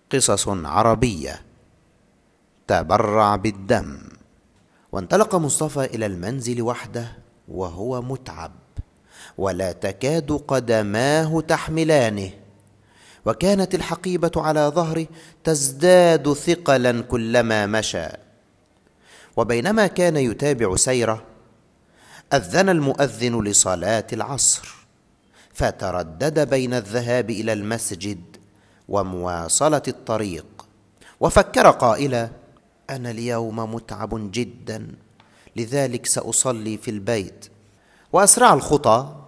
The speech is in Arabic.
قصص عربية. تبرع بالدم. وانطلق مصطفى إلى المنزل وحده وهو متعب، ولا تكاد قدماه تحملانه، وكانت الحقيبة على ظهره تزداد ثقلا كلما مشى. وبينما كان يتابع سيره، أذن المؤذن لصلاة العصر، فتردد بين الذهاب إلى المسجد ومواصلة الطريق، وفكر قائلا: أنا اليوم متعب جدا، لذلك سأصلي في البيت. وأسرع الخطى